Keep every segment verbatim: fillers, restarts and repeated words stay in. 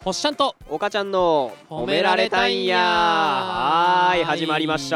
ほっしゃんとおかちゃんの褒められたんや。はーい、始まりました。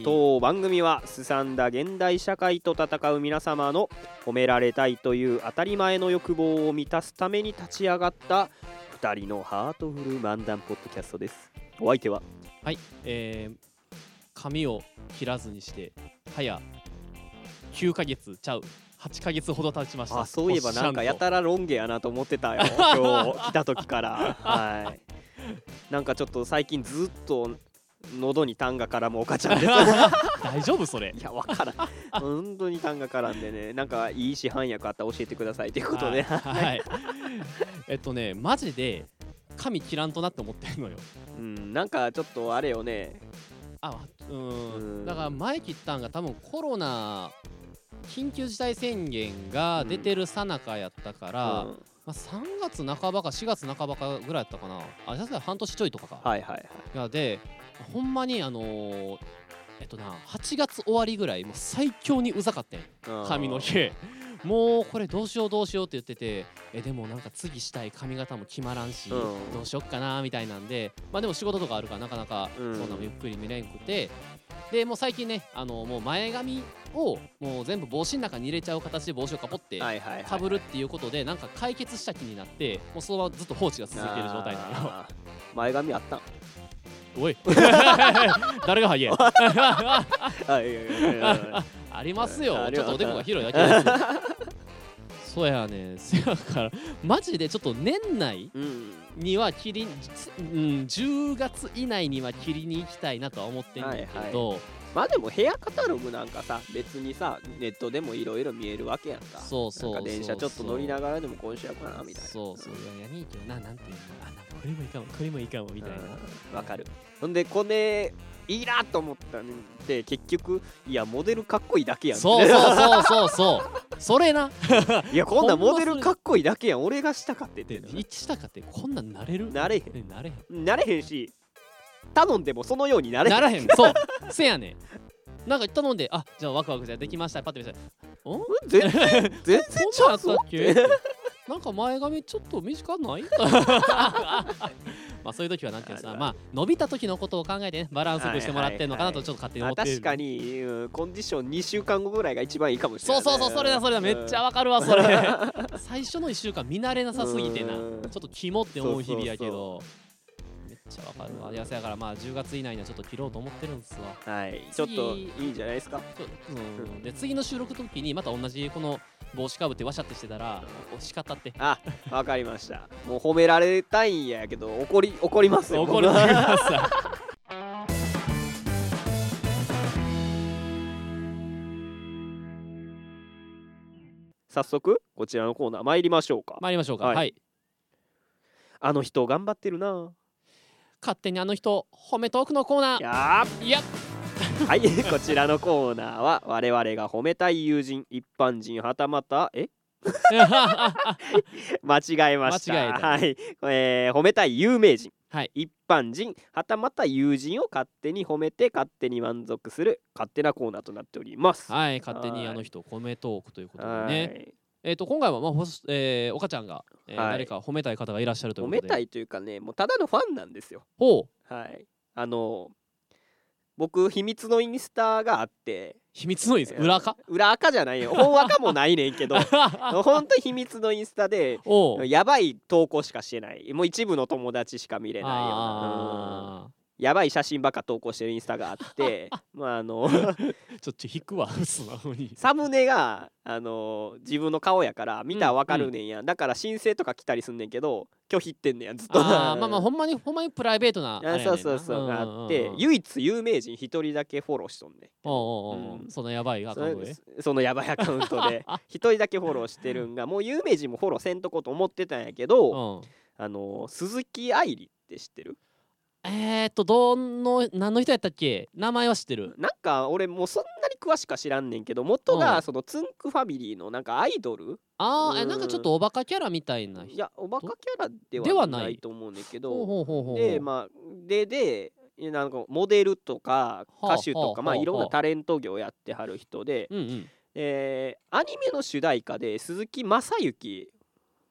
当番組はすさんだ現代社会と戦う皆様の褒められたいという当たり前の欲望を満たすために立ち上がったふたりのハートフル漫談ポッドキャストです。お相手ははい、えー、髪を切らずにして早きゅうかげつちゃうはちかげつほど経ちました。 あ、そういえばなんかやたらロン毛やなと思ってたよ今日来た時からはいなんかちょっと最近ずっと喉に痰が絡むおかちゃんです大丈夫それ？ いや、わからん本当に痰が絡んでね、なんかいい市販薬あったら教えてくださいということで、 はい、はい、えっとねマジで髪切らんとなって思ってんのよ。 うん、なんかちょっとあれよね。 あ、うん、 うんだから前切ったんが多分コロナ緊急事態宣言が出てるさなかやったから、うん、まあ、さんがつなかばかしがつなかばかぐらいやったかな。あ、さすがに半年ちょいとかか。 はいはいはい。 いやでほんまにあのー、えっとなはちがつ終わりぐらいもう最強にうざかってん髪の毛。もうこれどうしようどうしようって言ってて、えでもなんか次したい髪型も決まらんし、うん、どうしよっかなみたいなんで、まあでも仕事とかあるからなかなかそんなのゆっくり見れんくて、でもう最近ね、あのもう前髪をもう全部帽子の中に入れちゃう形で帽子をかぶってかぶるっていうことでなんか解決した気になって、もうそのままずっと放置が続いている状態なのよ。 前髪あったん？ おい誰が早いありますよ。ちょっとおでこが広いだけですそうやね。せやからマジでちょっと年内には切り、うん、じゅうがつ以内には切りに行きたいなとは思ってんだけど、はいはい、 まあでもヘアカタログなんかさ別にさネットでもいろいろ見えるわけやんか。 そうそうそうそう、 なんか電車ちょっと乗りながらでも今週やかなみたいな。 そうそう、いややねえけどな、なんていうの、あ、これもいいかもこれもいいかもみたいな。 わかる。ほんでこれいいなと思ったんで結局いやモデルかっこいいだけやん。 そうそうそうそうそうそれないやこんなモデルかっこいいだけやん。俺がしたかってって一したかってこんなんなれる？ なれへんなれへんなれへんし、頼んでもそのようになれへんならへん。そうせやねん。なんか頼んで、あ、じゃあワクワクじゃできました、パッて見せて、ん？ 全然全然ちゃうぞってなんか前髪ちょっと短ないまあそういう時はなんていうのさ、まあ伸びた時のことを考えてねバランスよくしてもらってんのかなとちょっと勝手に思ってる。 確かに、うん、コンディションにしゅうかんごぐらいが一番いいかもしれない、ね、 そうそうそう、それだそれだ、めっちゃわかるわそれ最初のいっしゅうかん見慣れなさすぎてな、ちょっとキモって思う日々やけど、そうそうそう、めっちゃわかるわ。いや、せやからまあじゅうがつ以内にはちょっと切ろうと思ってるんですわ。 はい、ちょっといいんじゃないですか。 ちょ、うん、で次の収録時にまた同じこの帽子かぶってわしゃってしてたら叱ったって。 あ、わかりました。もう褒められたいんやけど怒り怒りますよ。 怒ります早速こちらのコーナー参りましょうか。 参りましょうか。はい、はい、 あの人頑張ってるな。 勝手にあの人褒めトークのコーナー。 やーいやはい、こちらのコーナーは我々が褒めたい友人、一般人はたまたえ間違えました。はい、えー、褒めたい有名人、はい、一般人はたまた友人を勝手に褒めて勝手に満足する勝手なコーナーとなっております。 はい、勝手にあの人褒めトークということでね。えー、と今回は、まあえー、岡ちゃんが、えーはい、誰か褒めたい方がいらっしゃるということで。 褒めたいというかね、もうただのファンなんですよ。 ほう、 はい、あの僕秘密のインスタがあって。 秘密のインスタ、裏垢？ 裏垢じゃないよ、本垢もないねんけどほんと秘密のインスタでやばい投稿しかしてない、もう一部の友達しか見れないような、うん、やばい写真ばっか投稿してるインスタがあってまああのちょっと引くわ素直に。 サムネがあの自分の顔やから見たらわかるねんや、うんうん、だから申請とか来たりすんねんけど拒否ってんねやずっと。 あまあまあほんまにほんまにプライベートなあれやねんな。 そうそうそうがあって、唯一有名人一人だけフォローしとんねん。 おうおうおう、うん、そのやばいアカウントでそ, そのやばいアカウントで一人だけフォローしてるんが、もう有名人もフォローせんとこと思ってたんやけど、うん、あの鈴木愛理って知ってる？ えーっとどの何の人やったっけ？名前は知ってる。 なんか俺もうそんなに詳しくは知らんねんけど、元がそのつんくファミリーのなんかアイドル。 ああ、なんかちょっとおバカキャラみたいな人。 いやおバカキャラではないと思うねんけど、でまあででなんかモデルとか歌手とか、まあいろんなタレント業やってはる人で、うんうん、えー、アニメの主題歌で鈴木雅之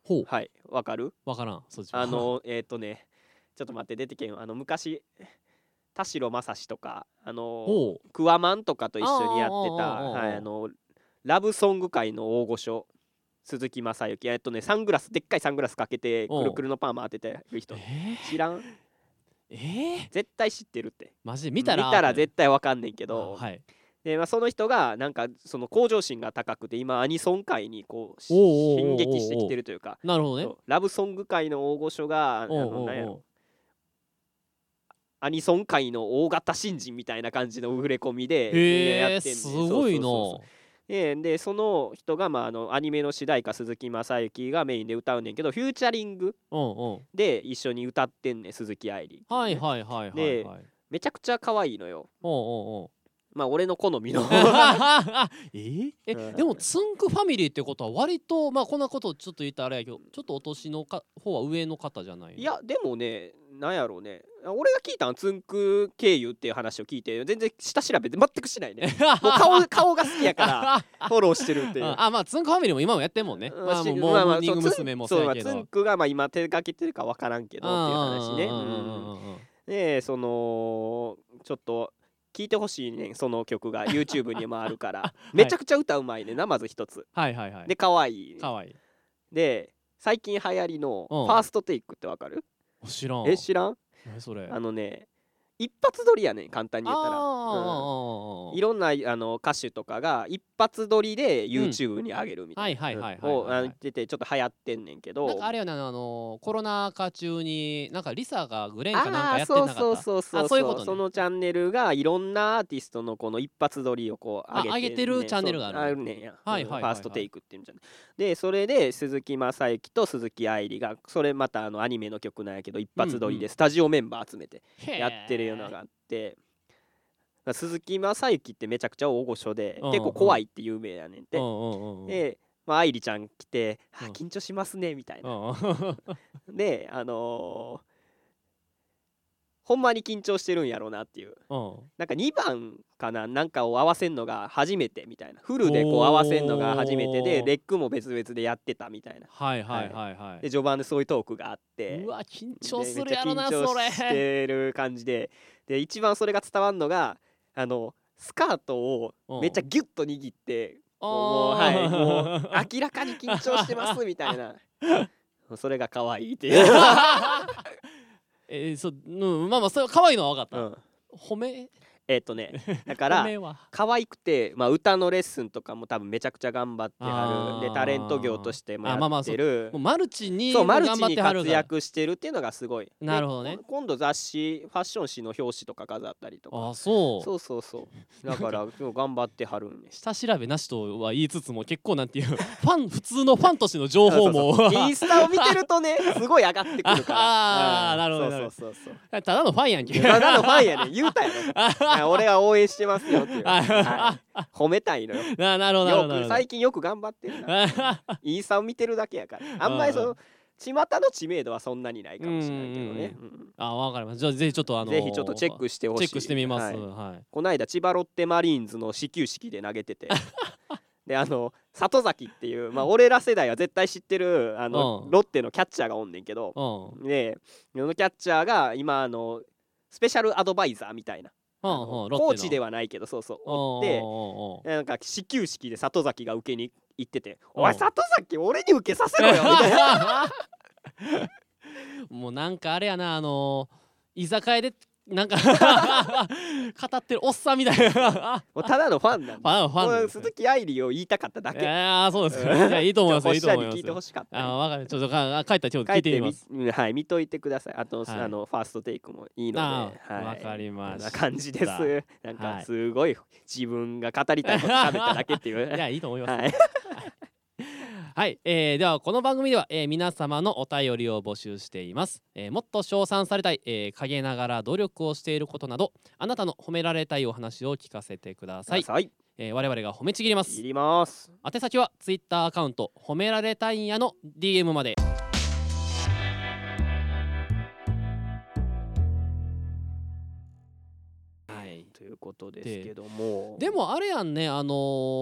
ほうはいわかる？ わからんそっちあのえっ、ー、とねちょっと待って出てけんあの昔田代正史とかあのクワマンとかと一緒にやってたはいあのラブソング界の大御所鈴木雅之えっとねサングラスでっかいサングラスかけてくるくるのパーマ当ててる人、えー、知らん？ えー、 絶対知ってるってマジで見たら見たら絶対わかんねんけど、 はいでまあ、その人がなんかその向上心が高くて今アニソン界にこう進撃してきてるというかなるほどねラブソング界の大御所があの何やろアニソン界の大型新人みたいな感じの触れ込みでやってんねん。 すごいな。 で, でその人が、まあ、あのアニメの主題歌鈴木雅之がメインで歌うねんけどフューチャリングで一緒に歌ってんねん鈴木愛理、ね、 はいはいはいはい、はい、 でめちゃくちゃ可愛いのよ。 おうおうおうまあ俺の好みのえー、え、うん、でもつんくファミリーってことは割とまあこんなことちょっと言ったらあれやけどちょっとお年のか方は上の方じゃない？ いやでもねなんやろうね俺が聞いたのはつんく経由っていう話を聞いて全然下調べて全くしないねもう 顔, 顔が好きやからフォローしてるっていうあまあつんくファミリーも今もやってんもんねまあもうモーニング娘。もそうやけどつんくがまあ今手掛けてるか分からんけどっていう話ねでそのちょっと聞いてほしいねその曲が YouTube にもあるから、はい、めちゃくちゃ歌うまいねなまず一つはいはいはいで可愛い、ね、 可愛いで最近流行りのファーストテイクってわかる？ 知らんえ知らん？ 何それ？ あのね一発撮りやねん簡単に言ったら、うん、いろんなあの歌手とかが一発撮りで YouTube に上げるみたいなを言っててちょっと流行ってんねんけどなんかあれよねあのコロナ禍中になんかリサがグレンかなんかやってなかったそうそうそうそうそういうこと、ね、そのチャンネルがいろんなアーティストのこの一発撮りをこう上げて、ね、 上げてるチャンネルがあるあるねんや、 はいはいはいはい、 ファーストテイクっていうんじゃないでそれで鈴木雅之と鈴木愛理がそれまたあのアニメの曲なんやけど一発撮りでスタジオメンバー集めてやってるようなのがあって鈴木雅之ってめちゃくちゃ大御所で結構怖いって有名やねんてで、まあ、愛理ちゃん来て「あ緊張しますね」みたいなであのーほんまに緊張してるんやろうなっていうなんかにばんかななんかを合わせんのが初めてみたいなフルでこう合わせんのが初めてでレックも別々でやってたみたいなはいはいはいはいで序盤でそういうトークがあってうわ緊張するやろなそれ緊張してる感じでで一番それが伝わるのがあのスカートをめっちゃギュッと握ってもうはいもう明らかに緊張してますみたいなそれが可愛いっていうえー、そうん、まあまあそれは可愛いのは分かった、うん、褒めえっとねだから可愛くて、まあ、歌のレッスンとかも多分めちゃくちゃ頑張ってはるでタレント業としてもやってるもうマルチにそうマルチに活躍してるっていうのがすごいなるほどね今度雑誌ファッション誌の表紙とか飾ったりとかあそうそうそうそうだから今日頑張ってはるんで下調べなしとは言いつつも結構なんていうファン普通のファンとしての情報もそうそうそうインスタを見てるとねすごい上がってくるからああなるほどそうそうそうただのファンやんけただのファンやね言うたやろ俺は応援してますよっていう、はい、褒めたいのよななるほどよく最近よく頑張ってるなインスタを見てるだけやからあんまりその巷の知名度はそんなにないかもしれないけどね、うんうん、 あ分かりますじゃあぜひちょっとあのー、 ぜひちょっとチェックしてほしいチェックしてみます、はいはい、 この間千葉ロッテマリーンズの始球式で投げててであの里崎っていう、まあ、俺ら世代は絶対知ってるあの、うん、ロッテのキャッチャーがおんねんけど、うん、でそのキャッチャーが今あのスペシャルアドバイザーみたいなコーチではないけどそうそうおってなんか始球式で里崎が受けに行ってて「おい里崎俺に受けさせろよ」みたいなもうなんかあれやなあのー、居酒屋でなんか語ってるおっさんみたいなもうただのファンなんだファン鈴木愛理を言いたかっただけああそうですかいやいいと思いますいいと思います聞いてほしかった、 ね、あ分かるちょっと帰ったらちょっと聞いてみますはい見といてくださいあと、はい、あのファーストテイクもいいので分、はい、かりましたこんな感じですなんかすごい自分が語りたいこと喋っただけっていういやいいと思います、 はいはい、えー、ではこの番組では、えー、皆様のお便りを募集しています、えー、もっと称賛されたい、えー、陰ながら努力をしていることなどあなたの褒められたいお話を聞かせてください、 はいえー、我々が褒めちぎりますいります宛先はツイッターアカウント褒められたいんやの ディーエム まではいということですけどもでもあれやんねあのー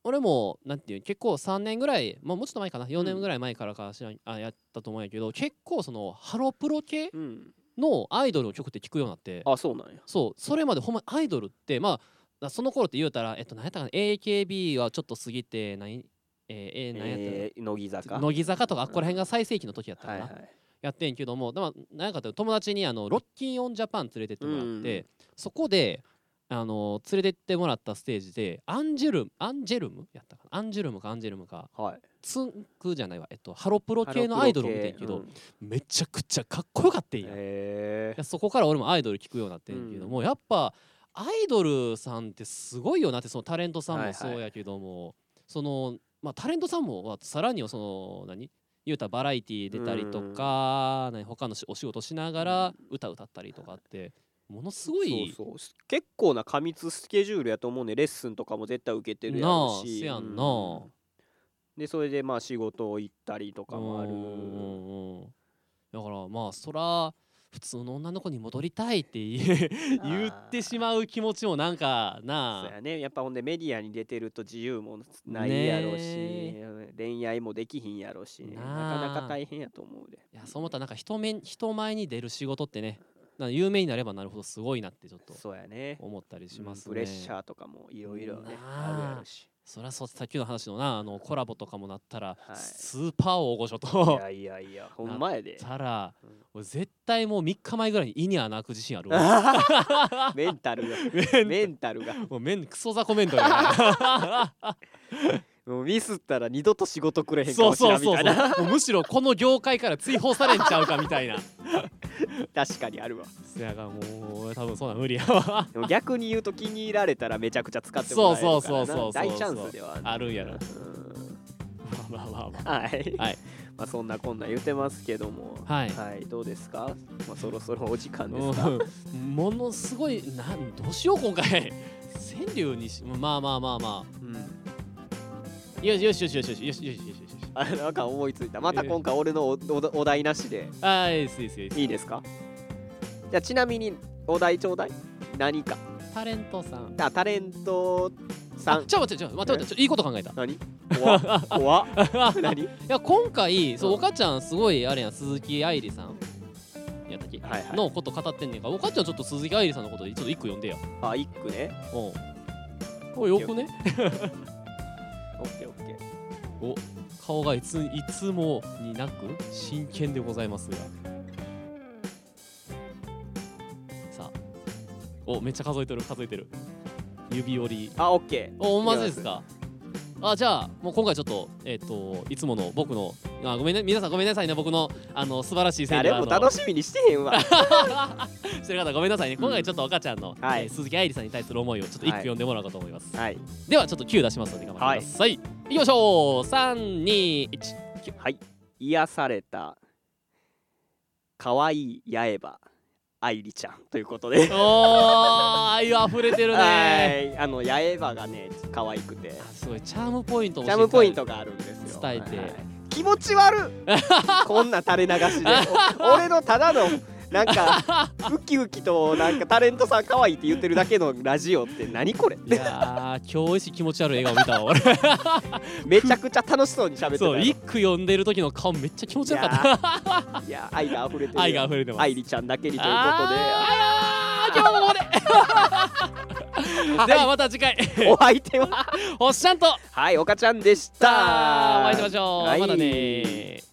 俺もなんていう結構さんねんぐらい、まあ、もうちょっと前かなよねんぐらい前からか知らんあやったと思うんやけど、結構そのハロプロ系うんのアイドルの曲って聞くようになって、 あそうなんやそうそれまでほんまアイドルってまあその頃って言うたらえっと何やったかな エーケービー はちょっと過ぎて何えー、えー、何やったえー、乃木坂乃木坂とかあっこら辺が最盛期の時やったかな、 はいはいやってんけども、でも何かというと友達にあのロッキンオンジャパン連れてってもらって、 うんそこであの連れてってもらったステージでアンジェルムアンジェルムやったかなアンジェルムかアンジェルムかはいツンクじゃないわえっとハロプロ系のアイドルを見てんけど、 うんめちゃくちゃかっこよかったんや、 へそこから俺もアイドル聞くようになってんけども、やっぱアイドルさんってすごいよなって、そのタレントさんもそうやけども、はいはい、そのまあタレントさんもさらにはその何言うたらバラエティー出たりとか、何他のお仕事しながら歌歌ったりとかってものすごいそうそう結構な過密スケジュールやと思うね。レッスンとかも絶対受けてるやろしなあせやんな、 うんでそれでまあ仕事行ったりとかもある。 うんうんうんだからまあそら普通の女の子に戻りたいって言言ってしまう気持ちもなんかなあそうやね。やっぱほんでメディアに出てると自由もないやろし、 ね恋愛もできひんやろし、ななあかなか大変やと思うで。 いやそう思ったらなんか人目人前に出る仕事ってねなんか有名になればなるほどすごいなってちょっとそうやね。 思ったりしますね、 プレッシャーとかもいろいろねなああるやろし。 そりゃそうさっきの話のなあのコラボとかもなったら、 はいスーパー大御所いとやいやいやほんまやで。 たら、 うん俺絶対もうみっかまえぐらいに胃に穴開く自信あるわメンタルがメンメンタルがもうメンクソザコメントやもうミスったら二度と仕事くれへんかもしそうそうそうれんみたいな。 そうもうむしろこの業界から追放されんちゃうかみたいな確かにあるわ。 せやからもう俺多分そんなん無理やわでも逆に言うと気に入られたらめちゃくちゃ使ってもらえるからな。 そうそうそうそうそう大チャンスではあるんやろうんまあまあまあまあはい、 はいまあそんなこんな言ってますけども、 はいはい、どうですか、まあ、そろそろお時間ですか。 うんものすごいなんどうしよう今回川柳にしまあまあまあまうん、 あよしよしよしよしよしよしよしよしよしよしあなんか思いついた。また今回俺のおおお題なしであーいいですいいですいいですいいですか。じゃあちなみにお題ちょうだい。何かタレントさんあタレントさん。 あちょ待ってちょ待って待ってちょいいこと考えたい何怖っ怖っ何や今回そううんおかちゃんすごいあれやん鈴木愛理さんやったっけ、 はいはいのこと語ってんねんからおかちゃんちょっと鈴木愛理さんのことでちょっと一句読んでやあ一句ね。 うんこれよくねオッケーオッケー。 お顔がいついつもになく真剣でございますがさあおめっちゃ数えてる数えてる指折りあオッケー。 おマジですかあじゃあもう今回ちょっとえっ、といつもの僕のあごめんね皆さんごめんなさいね僕のあの素晴らしい川柳誰も楽しみにしてへんわ。 してる方ごめんなさいね今回ちょっとおかちゃんの、 はいえー鈴木愛理さんに対する思いをちょっと一句読んでもらおうかと思います、 はいではちょっときゅう出しますので頑張ってください、い、きましょうさんにいちはい癒された可愛い八重歯愛理ちゃんということで。 おー愛あふれてるねはいあの八重歯がね可愛くてあすごいチャームポイントをチャームポイントがあるんですよ。 伝えてはい気持ち悪っこんな垂れ流しでお俺のただのなんかウキウキとなんかタレントさん可愛いって言ってるだけのラジオって何これ。 いやー今日一気持ち悪い笑顔見たわ俺めちゃくちゃ楽しそうに喋ってたよ。 そう一句読んでる時の顔めっちゃ気持ち悪かったいや愛が溢れてるよ。 愛が溢れてます愛理ちゃんだけにということであー今日もここでではまた次回お相手はほっしゃんとはい岡ちゃんでした。 さあお会いしましょう、 はいまたねー